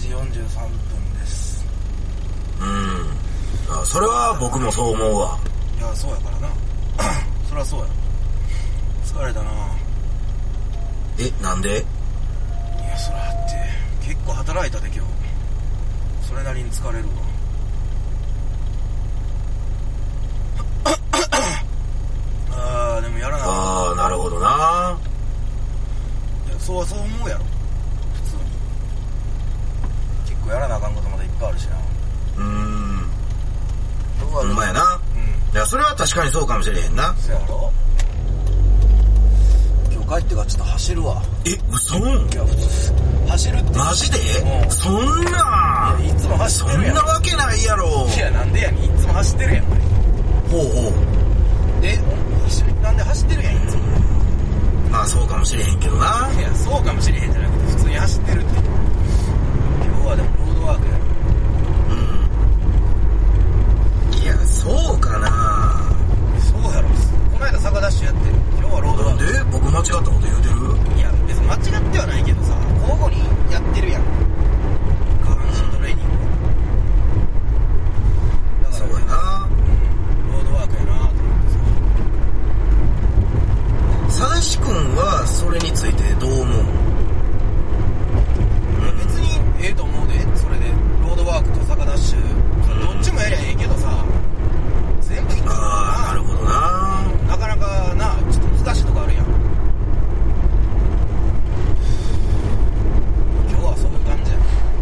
43分です。 それは僕もそう思うわ。 いや、そうやからな。そりゃそうや。疲れたな。 なんで？ いや、そらって結構働いたで今日。それなりに疲れるわ。でもやらな。 なるほどな。 いや、そう思うやろ。普通に。結構やらなあかんことまだいっぱいあるしな。 ほんまやな。いや、それは確かにそうかもしれへんな。 そうやろ。今日帰ってからちょっと走るわ。 嘘？いや、普通走るって。 マジで？そんな。 いや、いつも走ってるやん。 そんなわけないやろ。 いや、なんでやねん。いつも走ってるやん、これ。 ほう。 なんで走ってるやん、いつも。 まあ、そうかもしれへんけどな。 いや、そうかもしれへんじゃなくて、普通に走ってるって。今日はでもロードワークやろ。 いや、そうかな。 そうやろ。この間坂ダッシュやってる。今日はロードワーク。 なんで僕間違ったこと言うてる？ いや、別に間違ってはないけどさ、交互にやってるやん。下半身トレーニング。だから、 そうやな。 ロードワークやなと思ってさ。 さだし君はそれについてどう思う？ 別にええと思うで。それでロードワークと坂ダッシュ、どっちもやりゃええけどさ、全部いっちゃうなるほどな。 なかなかな、ちょっと難しいとこあるやん。今日はそういう感じや。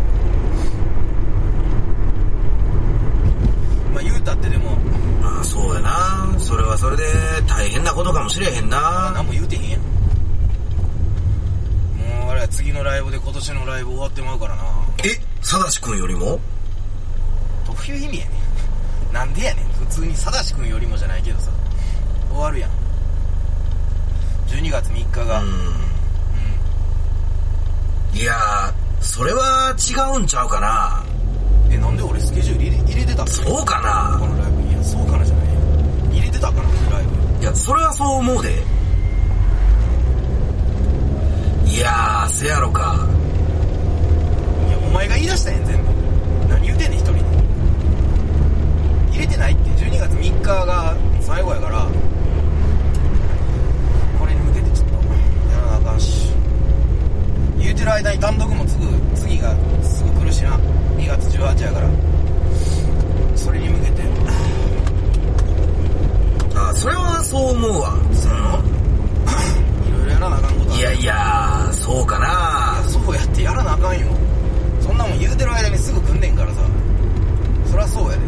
まあ言うたってでも、 まあそうやな。それはそれで大変なことかもしれへんな。 何も言うてへんやん。もうあれは次のライブで今年のライブ終わってまうからな。 さだし君よりも？ どういう意味やねん。なんでやねん。普通にさだし君よりもじゃないけどさ、終わるやん。12月3日が。 いやー、それは違うんちゃうかな。 なんで俺スケジュール入れてたの？ そうかな。 このライブ。いや、そうかなじゃない。入れてたかな、ライブ。 いや、それはそう思うで。いやー、せやろか。 いや、お前が言い出したやん、全部。何言うてんねん、一人で。入れてないって。12月3日が最後やから、これに向けてちょっとやらなあかんし。言うてる間に単独も次がすぐ来るしな。2月18やから。それに向けて。 それはそう思うわ。 そうやろ？いろいろやらなあかんことある。 いや、そうかな。 いや、そうやってやらなあかんよ。そんなもん言うてる間にすぐ来んねんからさ。そりゃそうやで。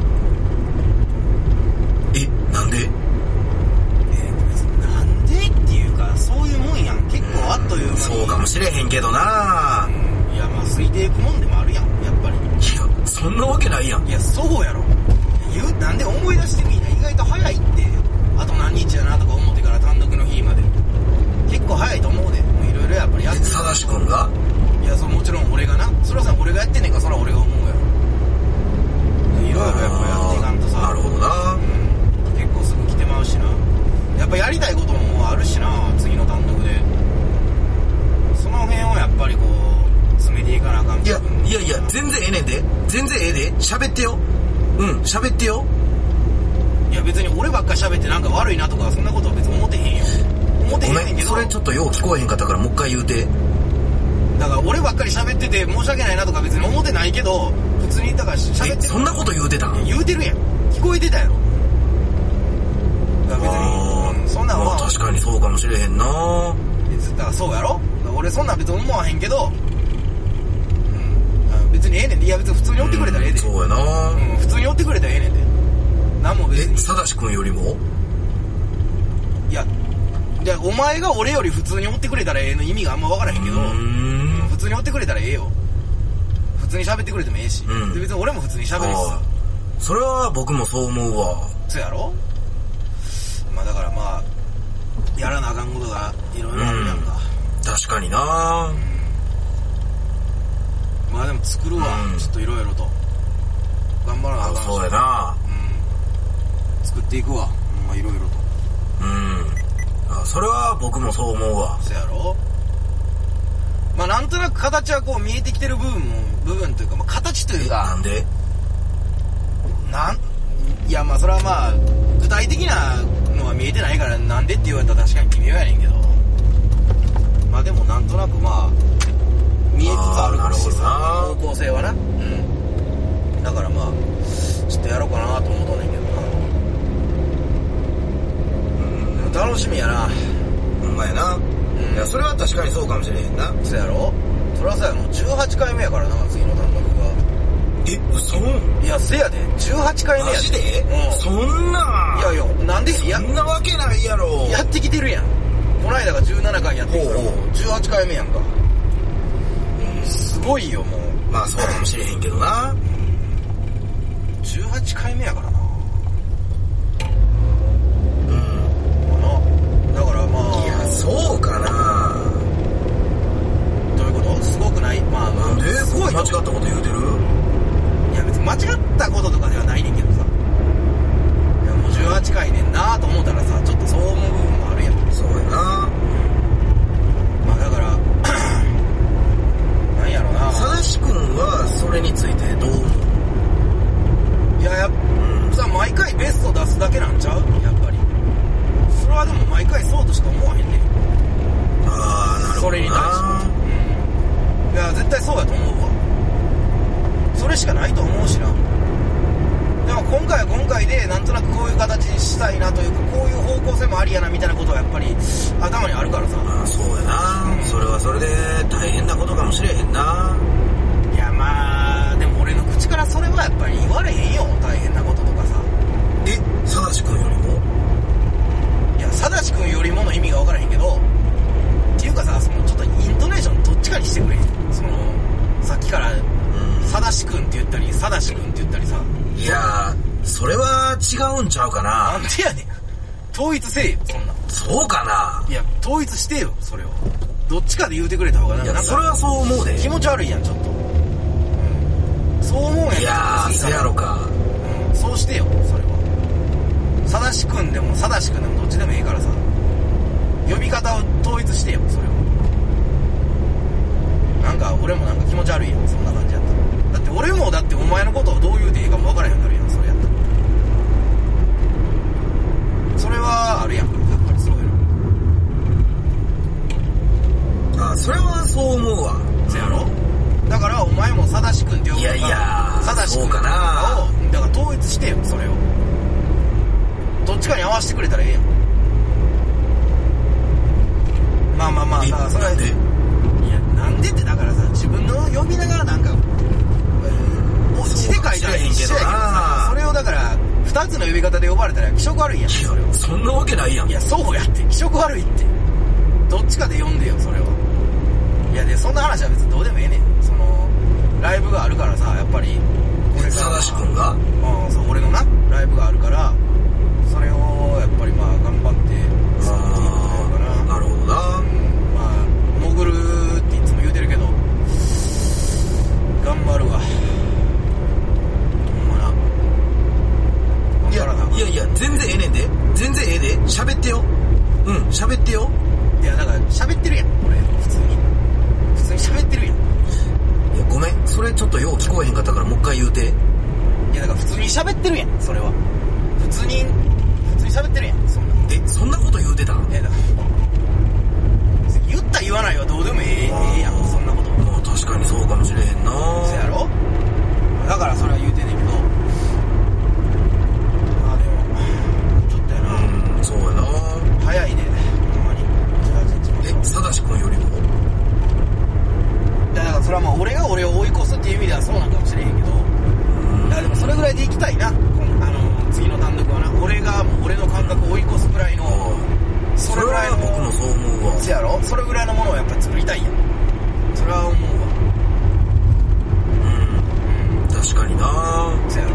なんで？ 別になんでっていうか、そういうもんやん。結構あっという間に。 そうかもしれへんけどな。 いや、まあ、空いていくもんでもあるやん、やっぱり。 いや、そんなわけないやん。 いや、そうやろ。なんで思い出してみんな、意外と早いって。あと何日やなとか思ってから単独の日まで。結構早いと思うで。もういろいろやっぱりやってる。 さだし君が？ いや、もちろん俺がな。そらさ、俺がやってんねんから、そら俺が思うやろ。いろいろやっぱやっていかんとさ。 なるほどな。 結構すぐ来てまうしな。やっぱやりたいことももうあるしな、次の単独で。その辺をやっぱりこう、詰めていかなあかん。 いや、全然ええねんで。全然ええで。喋ってよ。喋ってよ。 いや、別に俺ばっか喋ってなんか悪いなとか、そんなことは別に思ってへんよ。思ってへんねんけど。 それちょっとよう聞こえへんかったからもう一回言うて。 だから俺ばっかり喋ってて申し訳ないなとか別に思ってないけど、普通にだから喋ってる。 そんなこと言うてた？ 言うてるやん。聞こえてたやろ。だから別に、そんなんは。 確かにそうかもしれへんな。 だからそうやろ。俺そんなん別に思わへんけど、別にええねんで。いや別に普通に追ってくれたらええで。 そうやな。 普通に追ってくれたらええねんで。なんも別に。 さだし君よりも？ いや、お前が俺より普通に追ってくれたらええの意味があんま分からへんけど、普通に追ってくれたらええよ。普通に喋ってくれてもええし、で別に俺も普通に喋るしさ。 それは僕もそう思うわ。 そうやろ。まあだからまあやらなあかんことがいろいろあるやんか。 確かにな。 まあでも作るわ、ちょっといろいろと頑張らなあかんし。 そうやな。 作っていくわ、まあいろいろと。 それは僕もそう思うわ。 そうやろ。 まあなんとなく形はこう見えてきてる部分というか、まあ形というか。 なんで？ いやまあそれはまあ、具体的なのは見えてないからなんでって言われたら確かに微妙やねんけど。まあでもなんとなくまあ、見えつつあるしさ、方向性はな。うん。だからまあ、ちょっとやろうかなと思うとんねんけどな。楽しみやな。 ほんまやな。いや、それは確かにそうかもしれへんな。 そうやろ？それはさ、もう18回目やからな、次の単独が。 嘘？ いや、せやで、18回目やで。 マジで？そんな。 いやいや、なんで？ そんなわけないやろ。 やってきてるやん。この間が17回やってるから、18回目やんか。すごいよ、もう。 まあ、そうかもしれへんけどな。 18回目やからな。だからまあ。 いや、そうかな。 どういうこと？すごくない？まあまあ。 なんですごい間違ったこと言うてる？ いや別に間違ったこととかではないねんけどさ。いやもう18回ねんなと思ったらさ、ちょっとそう思う部分もあるやん。 そうやな。 まあだから、なんやろな。 さだし君はそれについてどう思う？ いや、さ、毎回ベスト出すだけなんちゃう？やっぱり。それはでも毎回そうとしか思わへんねん。 ああ、なるほどな。 それに対して。いや、絶対そうやと思うわ。それしかないと思うしな。でも今回は今回でなんとなくこういう形にしたいなというか、こういう方向性もありやなみたいなことはやっぱり頭にあるからさ。 ああ、そうやな、それはそれで大変なことかもしれへんな。 いやまあでも俺の口からそれはやっぱり言われへんよ、大変なこととかさ。 さだし君よりも？ いや、さだし君よりもの意味が分からへんけど、っていうかさ、そのちょっとイントネーションどっちかにしてくれ。そのさっきからさだし君って言ったりさだし君って言ったりさ。 いやー、それは違うんちゃうかな。 なんでやねん。統一せえよ、そんな。 そうかな。 いや、統一してよ、それを。どっちかで言うてくれた方がなんか。 いや、それはそう思うで。 気持ち悪いやん、ちょっと。そう思うんやったら。 いやー、そうやろか。 そうしてよ、それは。さだし君でもさだし君でもどっちでもいいからさ。呼び方を統一してよ、それを。なんか、俺もなんか気持ち悪いやん、そんな感じやったら。だって俺もだってお前のことをどう言うていいかも分からへんようになるやん、それやったら。それはあるやん、やっぱりそういうの。あ、それはそう思うわ。 そやろ？だからお前もさだし君って呼ぶのか、 いやいや、 さだし君かな。 を、だから統一してよ、それを。どっちかに合わせてくれたらええやん。まあまあまあさ、それは。いや、なんでってだからさ、自分の呼びながらなんか、字で書いたらいいんけどさ、それをだから、二つの呼び方で呼ばれたら気色悪いやん、それを。 そんなわけないやん。 いや、そうやって、気色悪いって。どっちかで呼んでよ、それは。いや、で、そんな話は別にどうでもええねん。その、ライブがあるからさ、やっぱり、 俺が。さだし君が？ そう、俺のな、ライブがあるから、それを、やっぱりまあ、頑張って、 なるほどな。 まあ、潜るっていつも言うてるけど、頑張るわ。 いやいや、全然ええねんで。全然ええで。喋ってよ。喋ってよ。 いや、だから喋ってるやん、俺。普通に喋ってるやん。 いや、ごめん。それちょっとよう聞こえへんかったからもう一回言うて。 いや、だから普通に喋ってるやん、それは。普通に喋ってるやん、そんな。 そんなこと言うてた？ だから言った言わないはどうでもええやん、そんなこと。 まあ確かにそうかもしれへんな。 そうやろ？だからそれは言うてんねんけど、まあでも、ちょっとやな。 そうやな。 早いね、ほんまに。 さだし君よりも？ だからそれはまあ俺が俺を追い越すっていう意味ではそうなんかもしれへんけど、だからでもそれぐらいでいきたいな、次の単独はな。俺がもう俺の感覚を追い越すぐらいの、それぐらいの、 僕もそう思うわ。 そやろ？それぐらいのものをやっぱり作りたいやん。それは思うわ。 確かにな。 そやろ？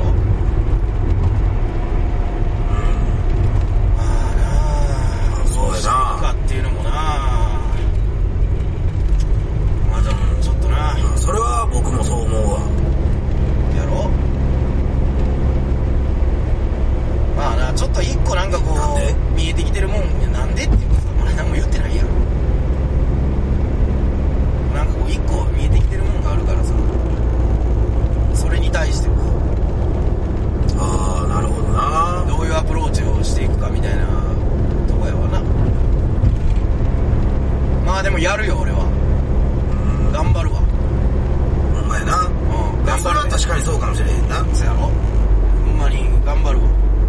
まあなあ、 そうやな。 かっていうのもな、まあでもちょっとな。 それは僕もそう思うわ。 やろ？まあな、ちょっと一個なんかこう見えてきてるもん。なんでっていうかさ、まだ何も言ってないやん。なんか確かにそうかもしれへんな。 そうやろ、ほんまに頑張るわ。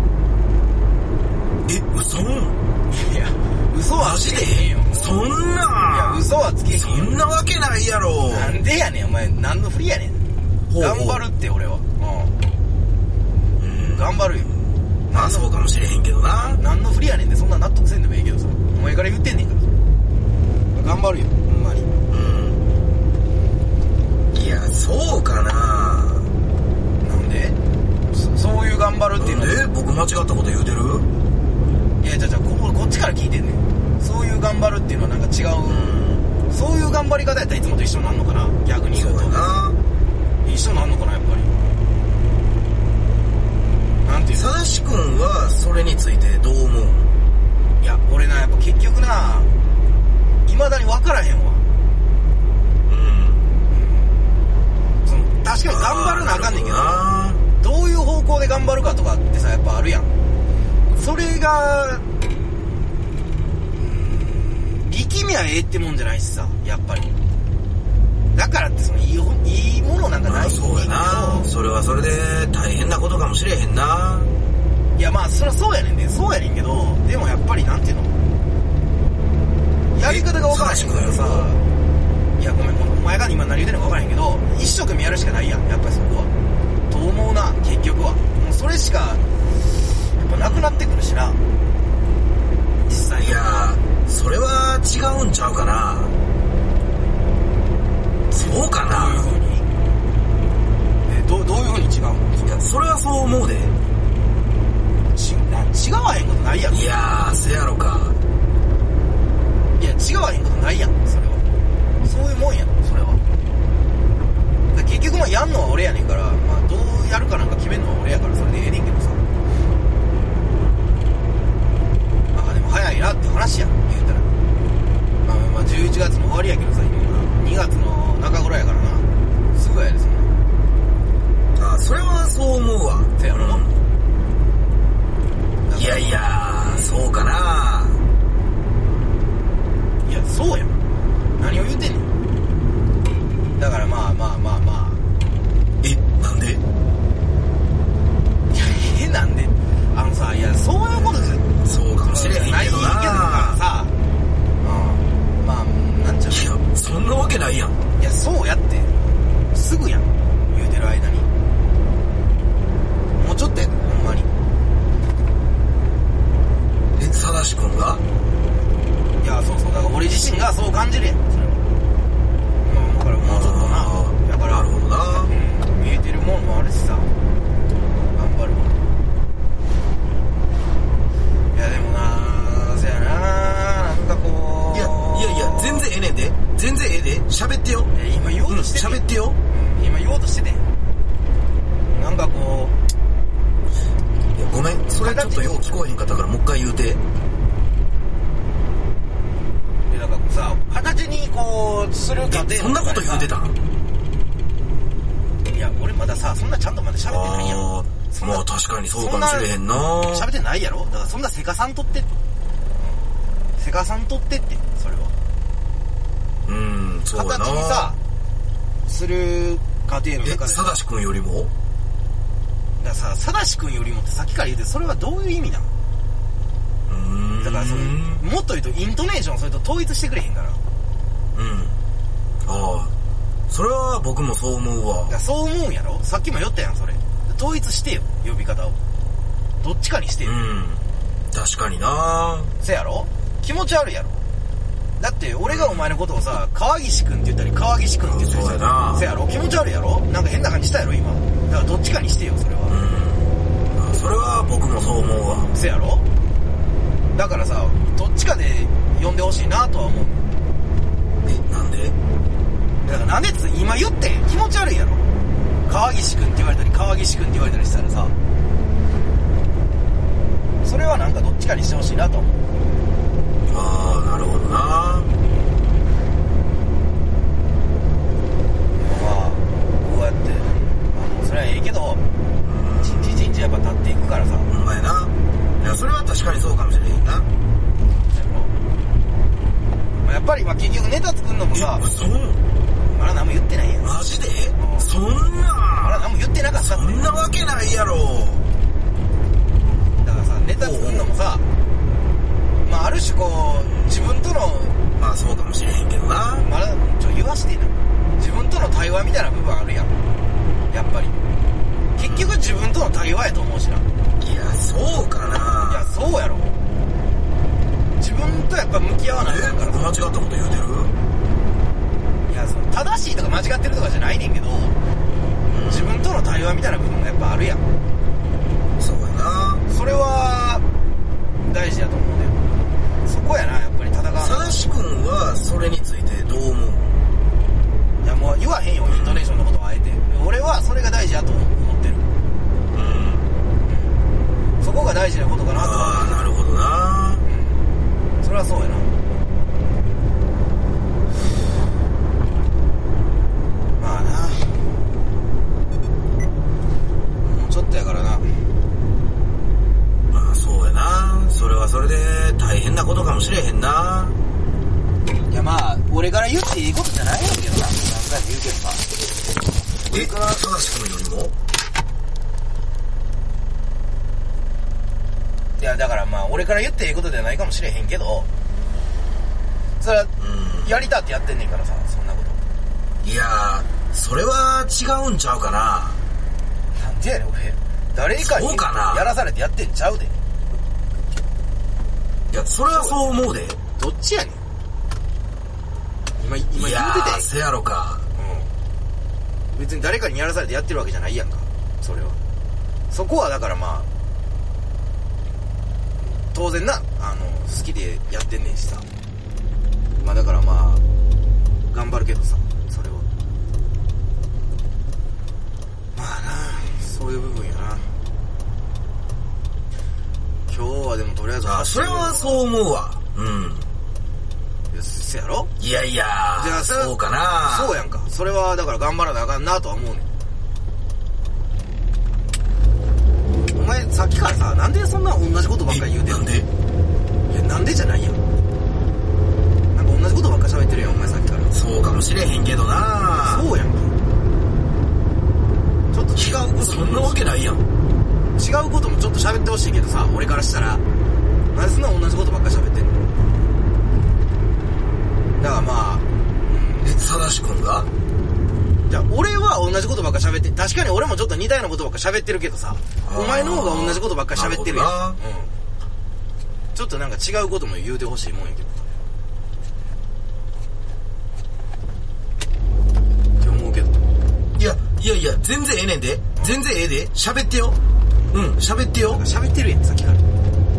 嘘？ いや嘘はつけへんよ。 そんな。 いや嘘はつけへんよ。 そんなわけないやろ。 なんでやねんお前、何の振りやねん。頑張るって俺は。頑張るよ。 まあそうかもしれへんけどな。 何の振りやねんで、そんな納得せんでもいいけどさ、お前から言ってんねんから頑張るよほんまに。 いやそうかな。 なんでそういう頑張るっていうのは。 なんで僕間違ったこと言うてる？ いやじゃあこっちから聞いてんねん。そういう頑張るっていうのはなんか違う、そういう頑張り方やったらいつもと一緒になんのかな、逆に言うと。 そうやな。 一緒なんのかなやっぱり。なんていうさだし君はそれについてどう思う？ いや俺な、やっぱ結局な、未だに分からへんわ。その確かに頑張るなあかんねんけど、どういう方向で頑張るかとかってさ、やっぱあるやん。それが力みはええってもんじゃないしさ、やっぱり。だからってそのいいものなんかないんだけど、 そうやな。それはそれで大変なことかもしれへんな。 いやまあそりゃそうやねんね、そうやねんけど、でもやっぱりなんていうの、やり方が分からへんからさ。いやごめん、お前が今何言うてんのか分からへんけど、一生懸命やるしかないやん、やっぱりそこは。と思うな、結局は。もうそれしかやっぱなくなってくるしな、実際。 いやそれは違うんちゃうかな。そうかな。 どういう風に違うの？ いやそれはそう思うで。 違わへんことないやろ。 いやせやろか。 いや違わへんことないやん、それは。そういうもんやろそれは。だ結局まあやんのは俺やねんから、まあどうやるかなんか決めんのは俺やから、それでええねんけどさ。あでも早いなって話やん、言うたら。まあ11月の終わりやけどさ、今2月の中頃やからな。すぐやで、そんな。 あそれはそう思うわ。 せやろ、 いやいやそうかな。 いやそうやん、何を言うてんねん。だからまあなんで？ いやなんでさ、いやそういうことじゃそうかもしれへんけどな。 ないけどさ、まあなんちゃう。 いやそんなわけないやん。 いやそうやって、すぐやん言うてる間に。もうちょっとやでほんまに。 さだし君が？ いやそうだから俺自身がそう感じるやん、それは。だからもうちょっとな、だからなるほどな。 見えてるもんもあるしさ、頑張るわ。いやでもな、そやな、なんかこう。 いや全然ええねんで。全然ええで。喋ってよ。 今言おうとしてて、 喋ってよ。 今言おうとしてて、なんかこいやごめん、それちょっとよう聞こえへんかったからもう一回言うて。 う、なんかさ、形にこうする過程の中でさ、 そんなこと言うてたん？ いや俺まださ、そんなちゃんとまだ喋ってないやん。 まあ確かにそうかもしれへんな。 喋ってないやろ。だからそんなセカさんとって、セカさんとってって、それはそうやな。 形にさする過程の中でさだし君よりも？ だからさ、さだし君よりもってさっきから言うて、それはどういう意味なの？だからそのもっと言うとイントネーションそれと統一してくれへんから。 それは僕もそう思うわ。 だからそう思うんやろ。さっきも言ったやんそれ。統一してよ、呼び方を。どっちかにしてよ。 確かにな。 せやろ。気持ち悪いやろ。だって俺がお前のことをさ、川岸くんって言ったり川岸くんって言ったりそうやな。 せやろ。気持ち悪いやろ。なんか変な感じしたやろ今。だからどっちかにしてよ、それは。 それは僕もそう思うわ。 せやろ。だからさ、どっちかで呼んでほしいなとは思う。 なんで？ だからなんでって今言って気持ち悪いやろ。川岸くんって言われたり川岸くんって言われたりしたらさ、それはなんかどっちかにしてほしいなと思う。 なるほどな。 まあこうやってそれはええけど、一日一日やっぱ経っていくからさ。 ほんまやな。いやそれは確かにそうかもしれへんな。 やっぱりまあ結局ネタ作るのもさ、 そうまだ何も言ってないやん。 マジで？そんなまだ何も言ってそうかもしれへんけどな。 まだ言わしてな。自分との対話みたいな部分あるやん、やっぱり。結局自分との対話やと思うしな。 いや、そうかな。 いや、そうやろ。自分とやっぱ向き合わないから。 僕間違ったこと言うてる？ いや、その正しいとか間違ってるとかじゃないねんけど、自分との対話みたいな部分がやっぱあるやん。 そうやな。 それは大事やと思うね。そこやな、やっぱり戦わない。 さだし君はそれについてどう思う？ いや、もう言わへんよ、イントネーションのことをあえて。俺はそれが大事やと思ってる。そこが大事なことかなと思う。 ああ、なるほどな。 それはそうやな。まあな、もうちょっとやからな。 まあそうやな。それはそれで大変なことかもしれへんな。 いや、まあ俺から言っていいことじゃないんやけどな。何回も言うけどさ。 俺からさだし君よりも？ いや、だからまあ俺から言っていいことじゃないかもしれへんけど、それはやりたってやってんねんからさ、そんなこと。 いやー、それは違うんちゃうかな。 なんでやねん、俺誰かにそうかなやらされてやってんちゃうで。 いや、それはそう思うで。 どっちやねん。今言うていやてー、せやろか。 別に誰かにやらされてやってるわけじゃないやんか、それは。そこはだからまあ当然な、好きでやってんねんしさ。まあだからまあ頑張るけどさ、それはまあな、そういう部分やな。今日はでもとりあえずそれはそう思うわ。 せやろ。 いやいや、 じゃあそうかな。 そうやんか。それはだから頑張らなあかんなとは思うねん。お前さっきからさ、なんでそんな同じことばっかり言うてんの？ なんで？ いや、なんでじゃないやん。なんか同じことばっかり喋ってるやん、お前さっきから。 そうかもしれへんけどな。 そうやんか。ちょっと違うこと。 そんなわけないやん。 違うこともちょっと喋ってほしいけどさ、俺からしたらなんでそんな同じことばっかり喋ってんの？だからまあ、 さだし君が？ じゃあ俺は同じことばっか喋って、確かに俺もちょっと似たようなことばっか喋ってるけどさ、お前の方が同じことばっか喋ってるやん。ちょっとなんか違うことも言うてほしいもんやけどって思うけど。 いや全然ええねんで。全然ええで。喋ってよ。喋ってよ。 喋ってるやん、さっきから。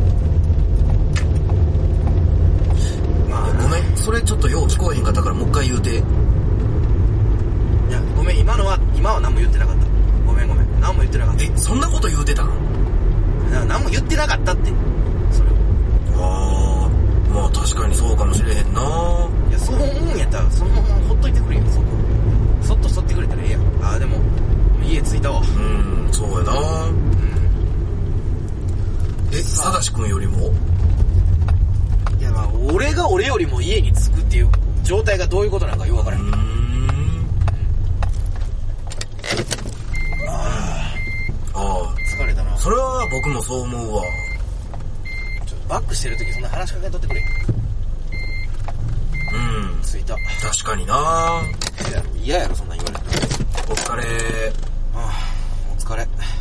ごめん、それちょっとよう聞こえへんかったからもう一回言うて。 いや、ごめん、今は何も言ってなかった。ごめん、何も言ってなかった。 そんなこと言うてたの？ 何も言ってなかったって。それは。まあ確かにそうかもしれへんな。 いや、そう思うんやったらそのままほっといてくれよ、そこ。そっとそってくれたらええやん。でも家着いたわ。 そうやな。さだし君よりも？ いや、まあ俺が俺よりも家に着くっていう状態がどういうことなんかよくわからん。疲れたな。 それは僕もそう思うわ。 ちょっとバックしてる時そんな話しかけんとってくれ。着いた。 確かにな。 嫌やろそんなん言われて。 お疲れ。 お疲れ。